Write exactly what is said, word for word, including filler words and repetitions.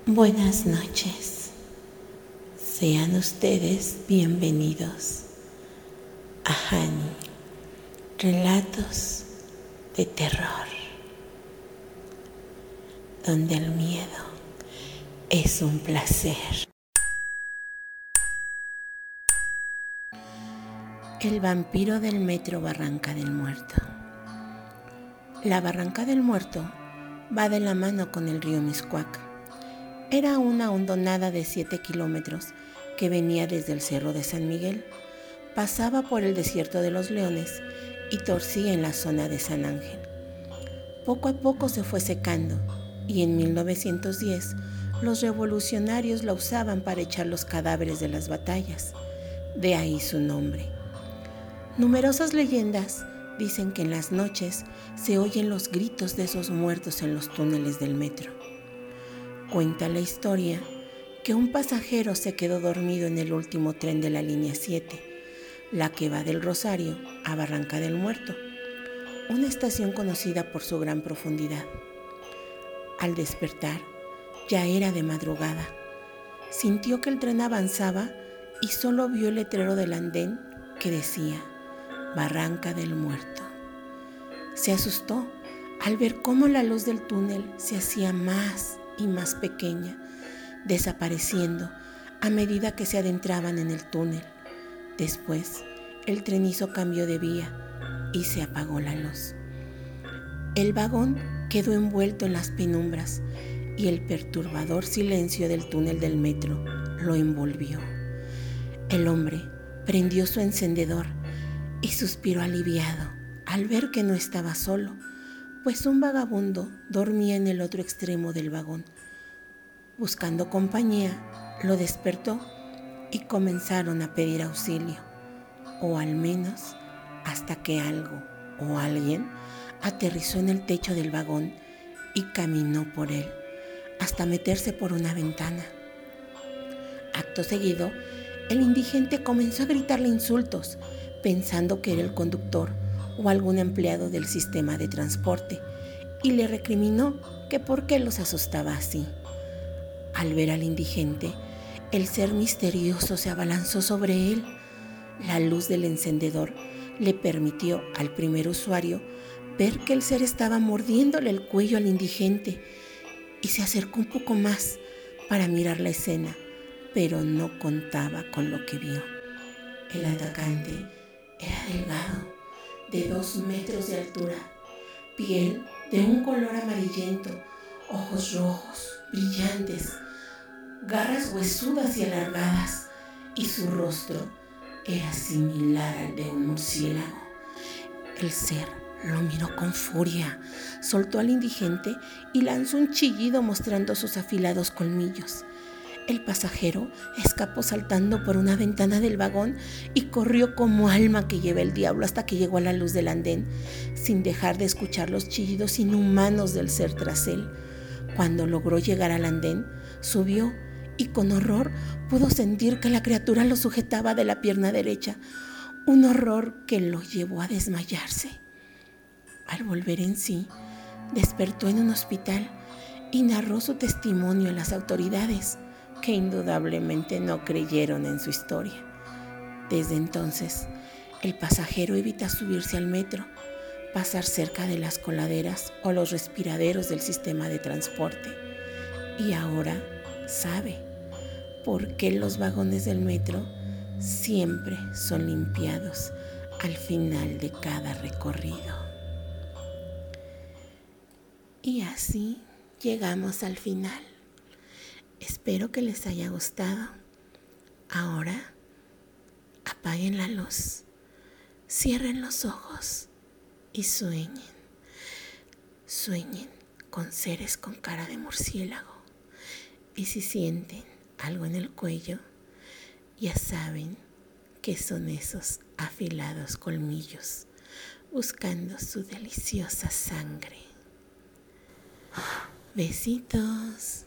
Buenas noches, sean ustedes bienvenidos a Hani, relatos de terror, donde el miedo es un placer. El vampiro del metro Barranca del Muerto. La Barranca del Muerto va de la mano con el río Mixcoac. Era una hondonada de siete kilómetros que venía desde el Cerro de San Miguel, pasaba por el desierto de los Leones y torcía en la zona de San Ángel. Poco a poco se fue secando y en mil novecientos diez los revolucionarios la usaban para echar los cadáveres de las batallas. De ahí su nombre. Numerosas leyendas dicen que en las noches se oyen los gritos de esos muertos en los túneles del metro. Cuenta la historia que un pasajero se quedó dormido en el último tren de la línea siete, la que va del Rosario a Barranca del Muerto, una estación conocida por su gran profundidad. Al despertar, ya era de madrugada. Sintió que el tren avanzaba y solo vio el letrero del andén que decía Barranca del Muerto. Se asustó al ver cómo la luz del túnel se hacía más y más pequeña, desapareciendo a medida que se adentraban en el túnel. Después, el tren hizo cambio de vía y se apagó la luz. El vagón quedó envuelto en las penumbras y el perturbador silencio del túnel del metro lo envolvió. El hombre prendió su encendedor y suspiró aliviado al ver que no estaba solo, pues un vagabundo dormía en el otro extremo del vagón. Buscando compañía, lo despertó y comenzaron a pedir auxilio, o al menos hasta que algo o alguien aterrizó en el techo del vagón y caminó por él hasta meterse por una ventana. Acto seguido, el indigente comenzó a gritarle insultos, pensando que era el conductor o algún empleado del sistema de transporte, y le recriminó que por qué los asustaba así. Al ver al indigente, el ser misterioso se abalanzó sobre él. La luz del encendedor le permitió al primer usuario ver que el ser estaba mordiéndole el cuello al indigente y se acercó un poco más para mirar la escena, pero no contaba con lo que vio. El atacante era delgado, de dos metros de altura, piel de un color amarillento, ojos rojos, brillantes, garras huesudas y alargadas, y su rostro era similar al de un murciélago. El ser lo miró con furia, soltó al indigente y lanzó un chillido mostrando sus afilados colmillos. El pasajero escapó saltando por una ventana del vagón y corrió como alma que lleva el diablo hasta que llegó a la luz del andén, sin dejar de escuchar los chillidos inhumanos del ser tras él. Cuando logró llegar al andén, subió y con horror pudo sentir que la criatura lo sujetaba de la pierna derecha, un horror que lo llevó a desmayarse. Al volver en sí, despertó en un hospital y narró su testimonio a las autoridades, que indudablemente no creyeron en su historia. Desde entonces, el pasajero evita subirse al metro, pasar cerca de las coladeras o los respiraderos del sistema de transporte. Y ahora sabe por qué los vagones del metro siempre son limpiados al final de cada recorrido. Y así llegamos al final. Espero que les haya gustado. Ahora, apaguen la luz, cierren los ojos y sueñen. Sueñen con seres con cara de murciélago. Y si sienten algo en el cuello, ya saben que son esos afilados colmillos buscando su deliciosa sangre. Besitos.